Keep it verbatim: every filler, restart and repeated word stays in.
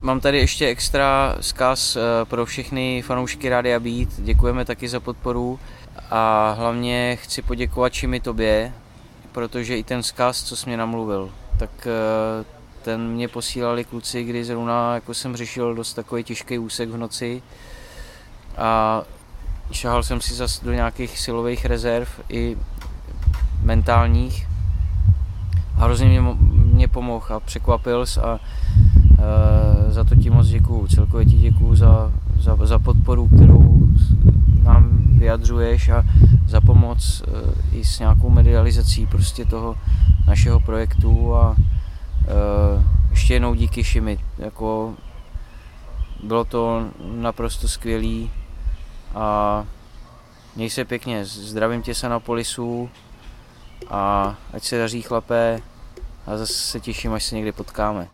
Mám tady ještě extra vzkaz pro všechny fanoušky Rádia Beat. Děkujeme taky za podporu a hlavně chci poděkovat Čimi tobě, protože i ten vzkaz, co jsi mě namluvil, tak ten mě posílali kluci, kdy zrovna jako jsem řešil dost takový těžký úsek v noci a šahal jsem si zas do nějakých silových rezerv i mentálních a hrozně mě, mě pomohl a překvapil jsi a e, za to ti moc děkuju. Celkově ti děkuju za, za, za podporu, kterou nám vyjadřuješ a za pomoc e, i s nějakou medializací prostě toho našeho projektu a e, ještě jednou díky Šimi. Jako, bylo to naprosto skvělý a měj se pěkně, zdravím tě se na Polisu a ať se daří, chlapé, a zase se těším, až se někdy potkáme.